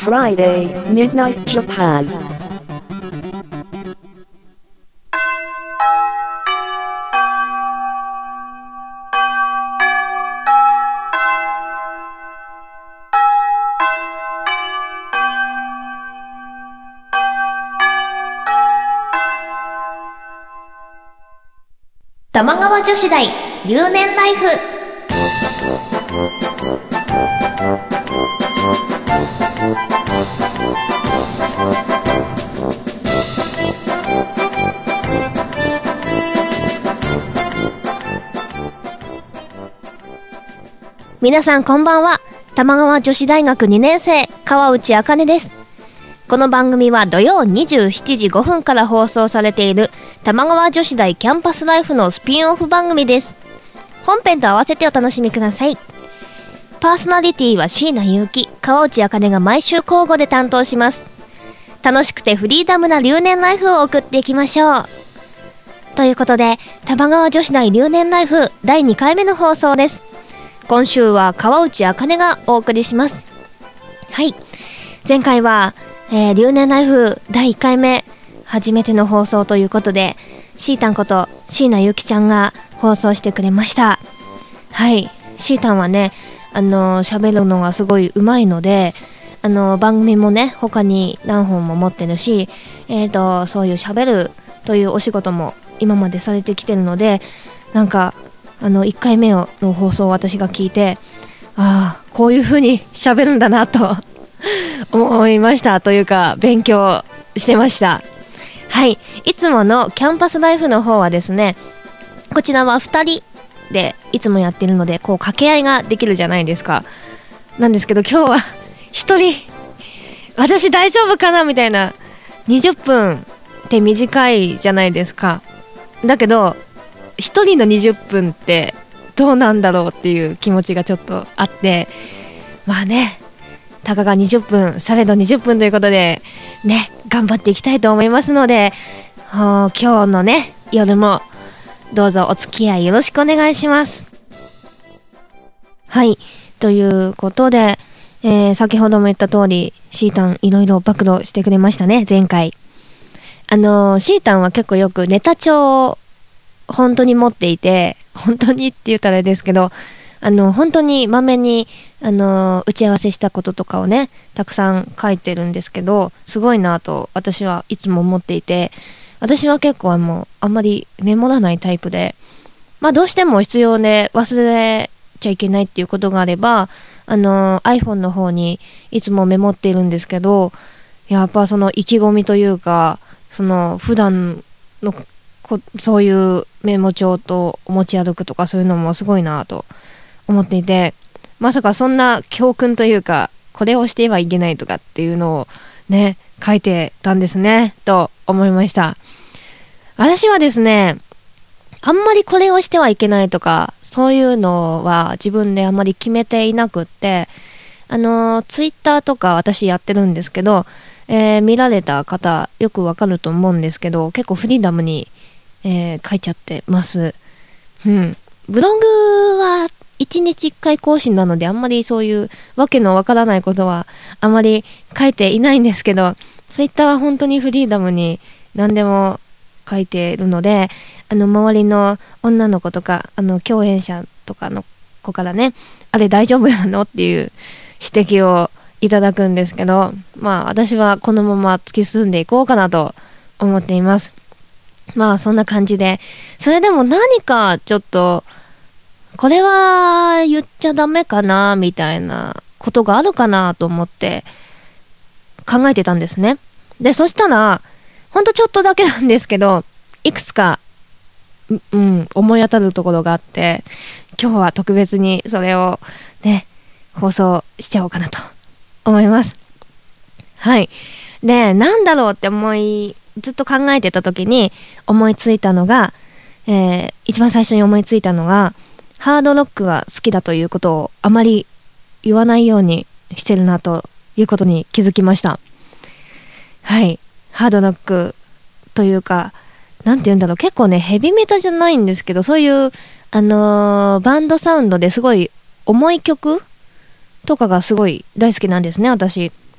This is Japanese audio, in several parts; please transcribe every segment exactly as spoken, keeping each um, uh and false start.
Friday, Midnight Japan. 玉川女子大留年ライフ。皆さんこんばんは。玉川女子大学にねん生川内あかねです。この番組は土曜にじゅうしちじごふんから放送されている玉川女子大キャンパスライフのスピンオフ番組です。本編と合わせてお楽しみください。パーソナリティは椎名優樹、川内あかねが毎週交互で担当します。楽しくてフリーダムな留年ライフを送っていきましょう。ということで、玉川女子大留年ライフだいにかいめの放送です。今週は川内あかねがお送りします。はい、前回はえー、留年ライフだいいっかいめ初めての放送ということで、シータンこと椎名ゆきちゃんが放送してくれました。はい、シータンはね、あのー、喋るのがすごい上手いので、あのー、番組もね他に何本も持ってるし、えーとそういう喋るというお仕事も今までされてきてるので、なんかあのいっかいめの放送を私が聞いて、ああこういう風に喋るんだなと思いましたというか、勉強してました。はい、いつものキャンパスライフの方はですね、こちらはふたりでいつもやってるので、こう掛け合いができるじゃないですか。なんですけど今日はひとり、私大丈夫かなみたいな。にじゅっぷんって短いじゃないですか。だけどひとりのにじゅっぷんってどうなんだろうっていう気持ちがちょっとあって、まあね、たかがにじゅっぷん、されどにじゅっぷんということでね、頑張っていきたいと思いますので、今日のね夜もどうぞお付き合いよろしくお願いします。はい、ということで、えー、先ほども言った通りシータンいろいろ暴露してくれましたね。前回あのー、シータンは結構よくネタ帳を本当に持っていて、本当にって言ったらあれですけど、あの本当にまめにあの打ち合わせしたこととかをねたくさん書いてるんですけど、すごいなと私はいつも思っていて、私は結構あのあんまりメモらないタイプで、まあどうしても必要で忘れちゃいけないっていうことがあれば、あの iPhone の方にいつもメモっているんですけど、やっぱその意気込みというか、その普段のこそういうメモ帳と持ち歩くとかそういうのもすごいなと思っていて、まさかそんな教訓というか、これをしてはいけないとかっていうのをね書いてたんですねと思いました。私はですね、あんまりこれをしてはいけないとかそういうのは自分であんまり決めていなくって、あのツイッターとか私やってるんですけど、えー、見られた方よくわかると思うんですけど、結構フリーダムに、えー、書いちゃってます。うん、ブログはいちにちいっかい更新なので、あんまりそういうわけのわからないことはあまり書いていないんですけど、ツイッターは本当にフリーダムに何でも書いているので、あの周りの女の子とかあの共演者とかの子からね、あれ大丈夫なのっていう指摘をいただくんですけど、まあ私はこのまま突き進んでいこうかなと思っています。まあそんな感じで、それでも何かちょっとこれは言っちゃダメかなみたいなことがあるかなと思って考えてたんですね。でそしたらほんとちょっとだけなんですけど、いくつかう、うん、思い当たるところがあって、今日は特別にそれをね放送しちゃおうかなと思います。はい。でなんだろうって思いずっと考えてた時に思いついたのが、えー、一番最初に思いついたのが、ハードロックが好きだということをあまり言わないようにしてるなということに気づきました。はい、ハードロックというか、なんて言うんだろう、結構ねヘビメタじゃないんですけど、そういうあのー、バンドサウンドですごい重い曲とかがすごい大好きなんですね、私。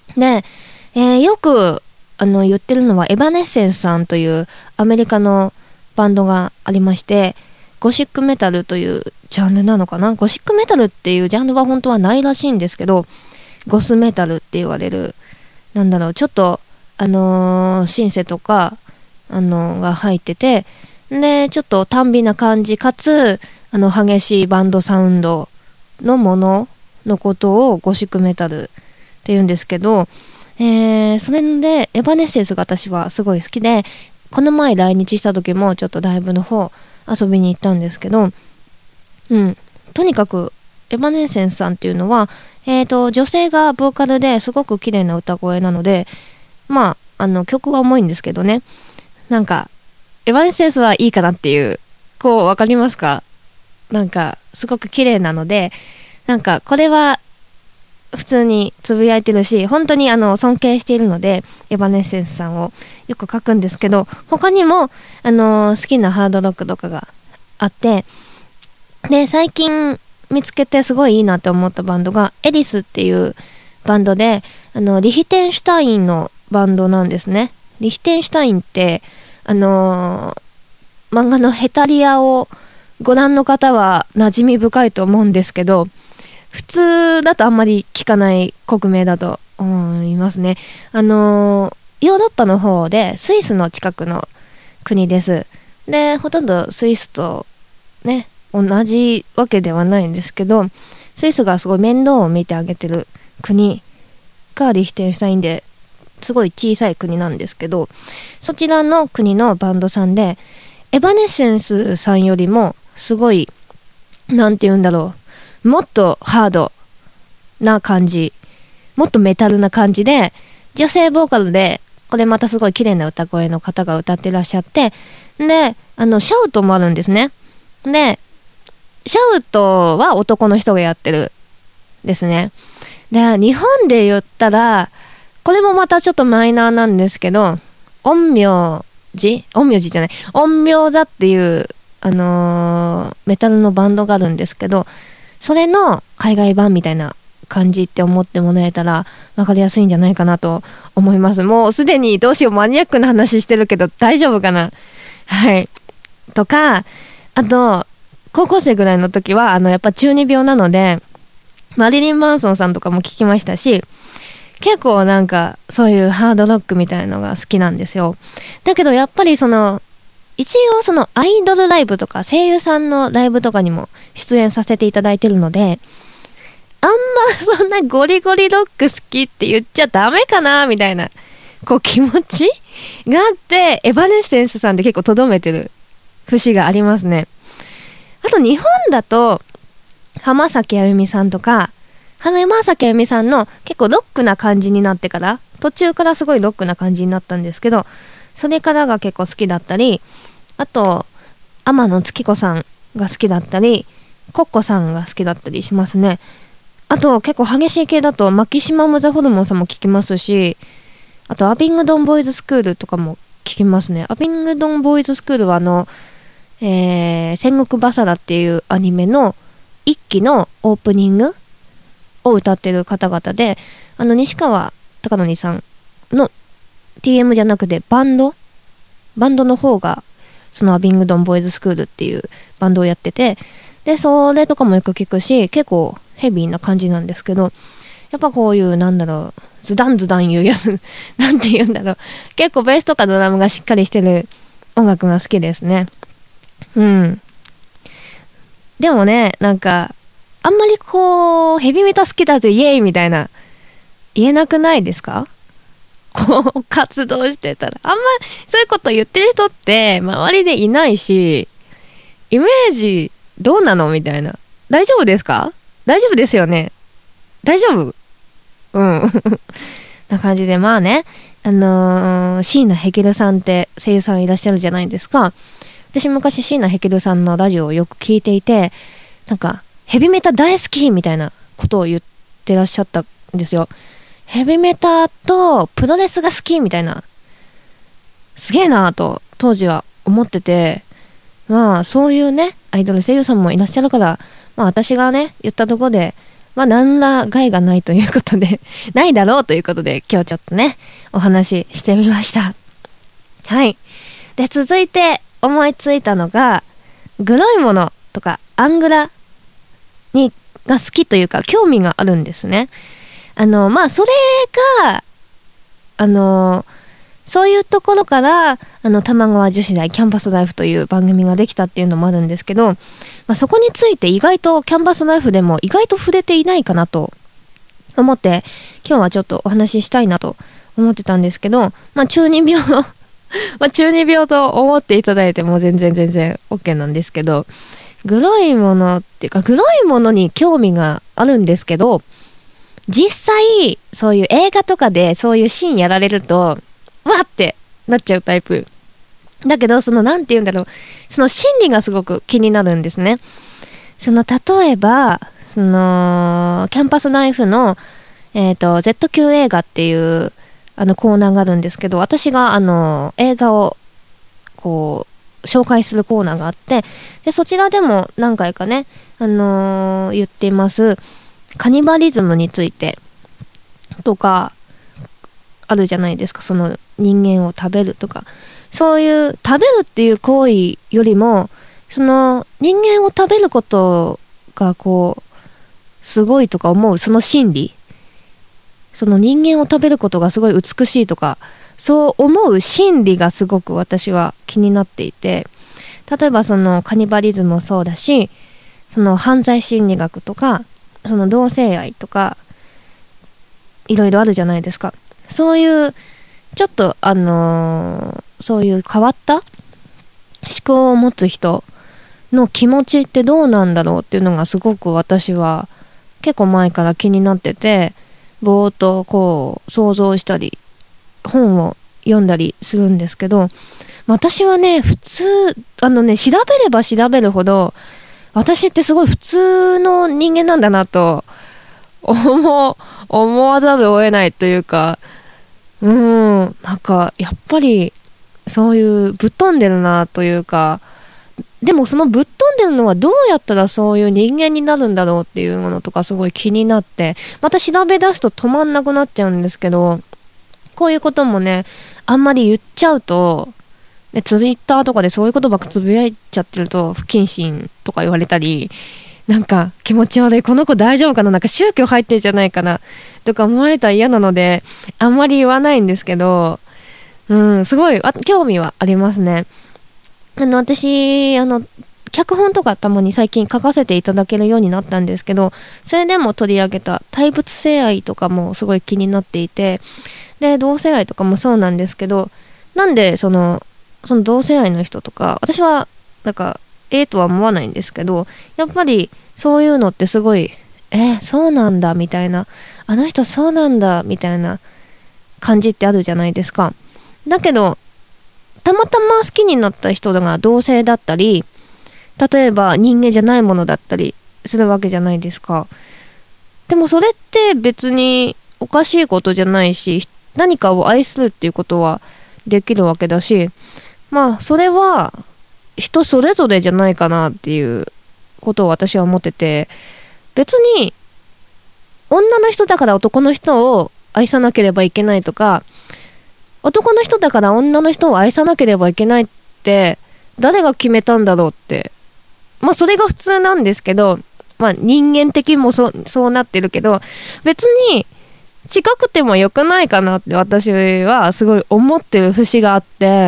で、えー、よくあの言ってるのはエヴァネッセンスさんというアメリカのバンドがありまして、ゴシックメタルというジャンルなのかな。ゴシックメタルっていうジャンルは本当はないらしいんですけど、ゴスメタルって言われる、なんだろう、ちょっとあのー、シンセとかあのー、が入ってて、でちょっと短美な感じかつあの激しいバンドサウンドのもののことをゴシックメタルって言うんですけど、えー、それでエヴァネッセンスが私はすごい好きで、この前来日した時もちょっとライブの方遊びに行ったんですけど、うん、とにかくエヴァネッセンスさんっていうのは、えーと、女性がボーカルですごく綺麗な歌声なので、まああの曲は重いんですけどね、なんかエヴァネッセンスはいいかなっていう、こうわかりますか？なんかすごく綺麗なので、なんかこれは普通につぶやいてるし、本当にあの尊敬しているのでエヴァネッセンスさんをよく書くんですけど、他にもあの好きなハードロックとかがあって、で最近見つけてすごいいいなって思ったバンドがエリスっていうバンドで、あのリヒテンシュタインのバンドなんですね。リヒテンシュタインってあのー、漫画のヘタリアをご覧の方は馴染み深いと思うんですけど、普通だとあんまり聞かない国名だと思いますね。あのー、ヨーロッパの方でスイスの近くの国です。でほとんどスイスとね同じわけではないんですけど、スイスがすごい面倒を見てあげてる国がリヒテンシュタインで、すごい小さい国なんですけど、そちらの国のバンドさんで、エヴァネッセンスさんよりもすごいなんて言うんだろう、もっとハードな感じ、もっとメタルな感じで、女性ボーカルで、これまたすごい綺麗な歌声の方が歌ってらっしゃって、であのシャウトもあるんですね。でシャウトは男の人がやってるですね。で日本で言ったらこれもまたちょっとマイナーなんですけど、陰陽師陰陽師じゃない陰陽座っていうあのー、メタルのバンドがあるんですけど、それの海外版みたいな感じって思ってもらえたら分かりやすいんじゃないかなと思います。もうすでにどうしようマニアックな話してるけど大丈夫かな。はいとか、あと高校生ぐらいの時はあのやっぱ中二病なのでマリリン・マンソンさんとかも聞きましたし、結構なんかそういうハードロックみたいのが好きなんですよ。だけどやっぱりその一応そのアイドルライブとか声優さんのライブとかにも出演させていただいてるので、あんまそんなゴリゴリロック好きって言っちゃダメかなみたいなこう気持ちがあって、エヴァネッセンスさんで結構とどめてる節がありますね。あと日本だと浜崎あゆみさんとか、浜崎あゆみさんの結構ロックな感じになってから、途中からすごいロックな感じになったんですけど、それからが結構好きだったり、あと天野月子さんが好きだったり、コッコさんが好きだったりしますね。あと結構激しい系だとマキシマムザホルモンさんも聞きますし、あとアビングドンボーイズスクールとかも聞きますね。アビングドンボーイズスクールはあの、えー、戦国バサラっていうアニメの一期のオープニングを歌ってる方々で、あの西川貴教さんの ティーエム じゃなくてバンドバンドの方がそのアビングドンボーイズスクールっていうバンドをやってて、でそれとかもよく聞くし、結構ヘビーな感じなんですけど、やっぱこういうなんだろう、ズダンズダン言うやつなんて言うんだろう、結構ベースとかドラムがしっかりしてる音楽が好きですね。うん。でもね、なんかあんまりこうヘビメタ好きだぜイエーイみたいな言えなくないですか？こう活動してたらあんまそういうこと言ってる人って周りでいないし、イメージどうなのみたいな。大丈夫ですか？大丈夫ですよね？大丈夫？うんな感じで、まあね、あのー、椎名ヘケルさんって声優さんいらっしゃるじゃないですか。私昔椎名ヘケルさんのラジオをよく聞いていて、なんかヘビメタ大好きみたいなことを言ってらっしゃったんですよ。ヘビメタとプロレスが好きみたいな、すげえなと当時は思ってて、まあそういうねアイドル声優さんもいらっしゃるから、まあ私がね言ったところでまあ何ら害がないということでないだろうということで今日ちょっとねお話ししてみました。はい。で続いて思いついたのが、グロいものとかアングラにが好きというか興味があるんですね。あのまあそれがあのそういうところからあの玉川女子大キャンパスライフという番組ができたっていうのもあるんですけど、まあ、そこについて意外とキャンパスライフでも意外と触れていないかなと思って今日はちょっとお話ししたいなと思ってたんですけど、まあ中二病まあ中二病と思っていただいても全然全然 OK なんですけど、グロいものっていうかグロいものに興味があるんですけど、実際そういう映画とかでそういうシーンやられるとわーってなっちゃうタイプだけど、そのなんて言うんだろう、その心理がすごく気になるんですね。その例えばそのキャンパスライフのえっと ゼットキュー 映画っていうあのコーナーがあるんですけど、私があの映画をこう紹介するコーナーがあって、でそちらでも何回かねあのー、言っていますカニバリズムについてとかあるじゃないですか。その人間を食べるとか、そういう食べるっていう行為よりもその人間を食べることがこうすごいとか思うその心理、その人間を食べることがすごい美しいとかそう思う心理がすごく私は気になっていて、例えばそのカニバリズムもそうだし、その犯罪心理学とかその同性愛とかいろいろあるじゃないですか。そういうちょっとあのー、そういう変わった思考を持つ人の気持ちってどうなんだろうっていうのがすごく私は結構前から気になってて、ぼーっとこう想像したり本を読んだりするんですけど、私はね普通あのね調べれば調べるほど私ってすごい普通の人間なんだなと思思わざるを得ないというか、うーんなんかやっぱりそういうぶっ飛んでるなというか、でもそのぶっ飛んでるのはどうやったらそういう人間になるんだろうっていうものとかすごい気になって、また調べ出すと止まんなくなっちゃうんですけど、こういうこともねあんまり言っちゃうと、でツイッターとかでそういうことばっかつぶやいちゃってると不謹慎とか言われたり、なんか気持ち悪いこの子大丈夫かな、なんか宗教入ってるんじゃないかなとか思われたら嫌なのであんまり言わないんですけど、うんすごい興味はありますね。あの私あの脚本とかたまに最近書かせていただけるようになったんですけど、それでも取り上げた対物性愛とかもすごい気になっていて、で同性愛とかもそうなんですけど、なんでそのその同性愛の人とか私はなんかええとは思わないんですけど、やっぱりそういうのってすごいえー、そうなんだみたいな、あの人そうなんだみたいな感じってあるじゃないですか。だけどたまたま好きになった人が同性だったり、例えば人間じゃないものだったりするわけじゃないですか。でもそれって別におかしいことじゃないし、何かを愛するっていうことはできるわけだし、まあそれは人それぞれじゃないかなっていうことを私は思ってて、別に女の人だから男の人を愛さなければいけないとか、男の人だから女の人を愛さなければいけないって誰が決めたんだろうって、まあそれが普通なんですけど、まあ人間的にもそ う, そうなってるけど、別に近くてもよくないかなって私はすごい思ってる節があって、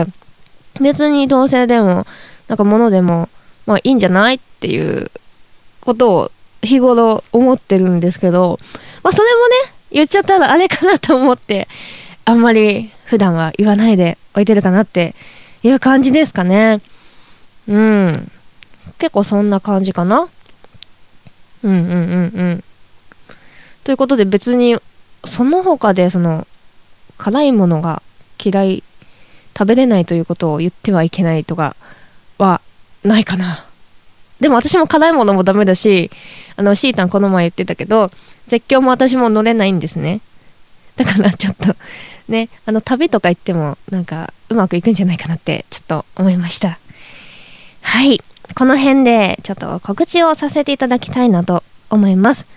別に同性でもなんか物でもまあいいんじゃないっていうことを日頃思ってるんですけど、まあそれもね言っちゃったらあれかなと思ってあんまり普段は言わないでおいてるかなっていう感じですかね。うん結構そんな感じかな。うんうんうんうんということで、別にその他でその辛いものが嫌い、食べれないということを言ってはいけないとかはないかな。でも私も辛いものもダメだし、あのシータンこの前言ってたけど絶叫も私も乗れないんですね。だからちょっとね、あの旅とか行ってもなんかうまくいくんじゃないかなってちょっと思いました。はい、この辺でちょっと告知をさせていただきたいなと思います。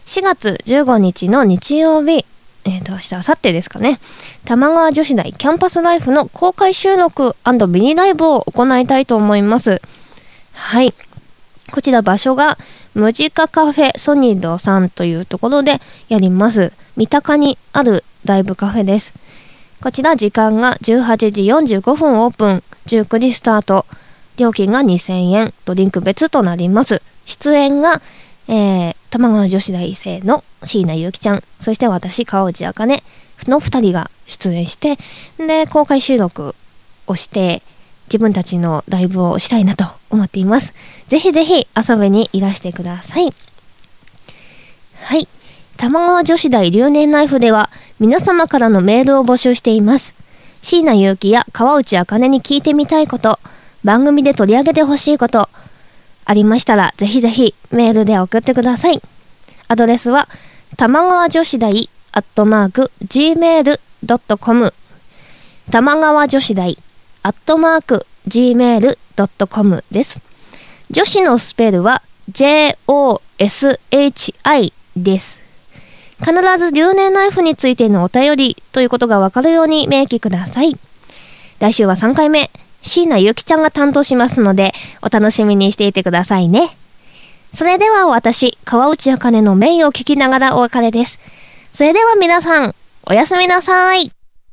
しがつじゅうごにちの日曜日、えーと明日明後日ですかね、玉川女子大キャンパスライフの公開収録&ミニライブを行いたいと思います。はい、こちら場所がムジカカフェソニードさんというところでやります。三鷹にあるライブカフェです。こちら時間がじゅうはちじよんじゅうごふんオープン、じゅうくじスタート、料金がにせんえん、ドリンク別となります。出演が、えー、玉川女子大生の椎名ゆうきちゃん、そして私川内あかねのふたりが出演して、で公開収録をして自分たちのライブをしたいなと思っています。ぜひぜひ遊びにいらしてください。はい、玉川女子大留年ライフでは皆様からのメールを募集しています。椎名ゆうきや川内あかねに聞いてみたいこと、番組で取り上げてほしいことありましたら、ぜひぜひメールで送ってください。アドレスは玉川女子大アットマーク ジーメールドットコム、 玉川女子大アットマーク ジーメールドットコム です。女子のスペルは ジェイオーエスエイチアイ です。必ず留年ライフについてのお便りということがわかるように明記ください。来週はさんかいめ、椎名ゆきちゃんが担当しますのでお楽しみにしていてくださいね。それでは私川内あかねのメイを聞きながらお別れです。それでは皆さんおやすみなさい。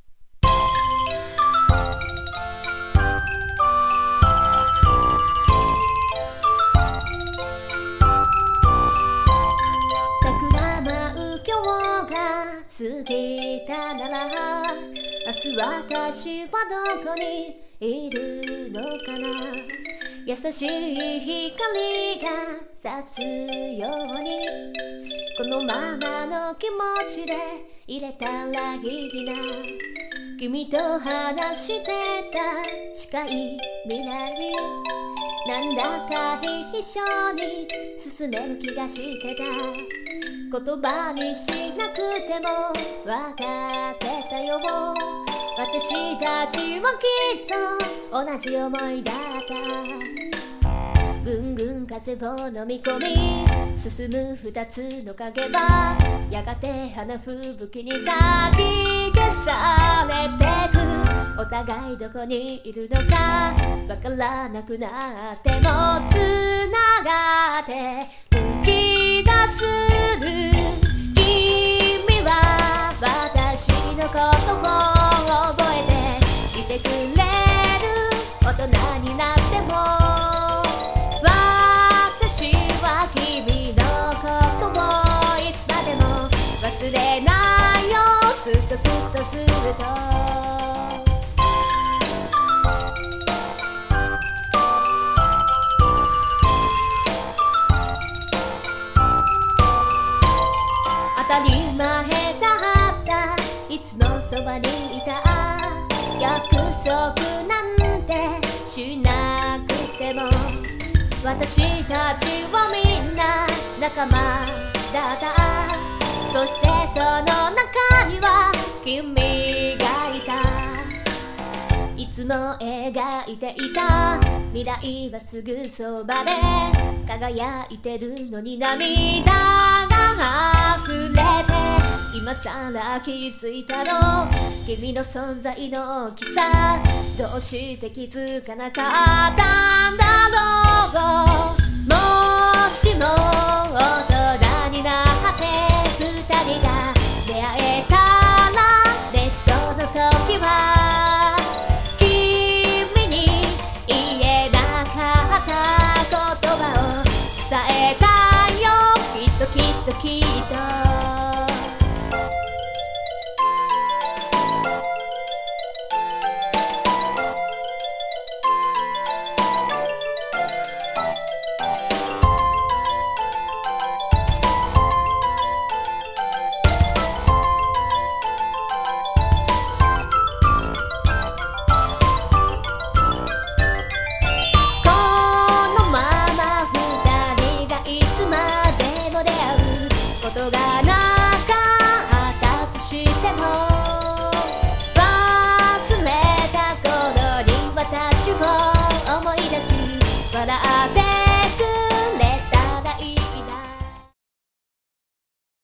桜舞う今日が過ぎたなら、明日私はどこにいるのかな。優しい光が差すように、このままの気持ちでいれたらいいな。君と話してた近い未来、なんだか一緒に進める気がしてた。言葉にしなくても分かってたよ。私たちはきっと同じ思いだった。ぐんぐん風を飲み込み進む二つの影は、やがて花吹雪にかき消されてく。お互いどこにいるのかわからなくなってもつながって気がする。君は私のことを覚えていてくれる。大人になっても私は君のことをいつまでも忘れないよ。ずっとずっとずっと当たり前だった、いつもそばにいた。約束なんてしなくても私たちはみんな仲間だった。そしてその中には君がいた。いつも描いていた未来はすぐそばで輝いてるのに涙が溢れて、今さら気づいたの君の存在の大きさ。どうして気づかなかったんだろう。もしも大人になって二人が出会えたらね、その時は君に言えなかった言葉を伝えたよ。きっときっときっとことが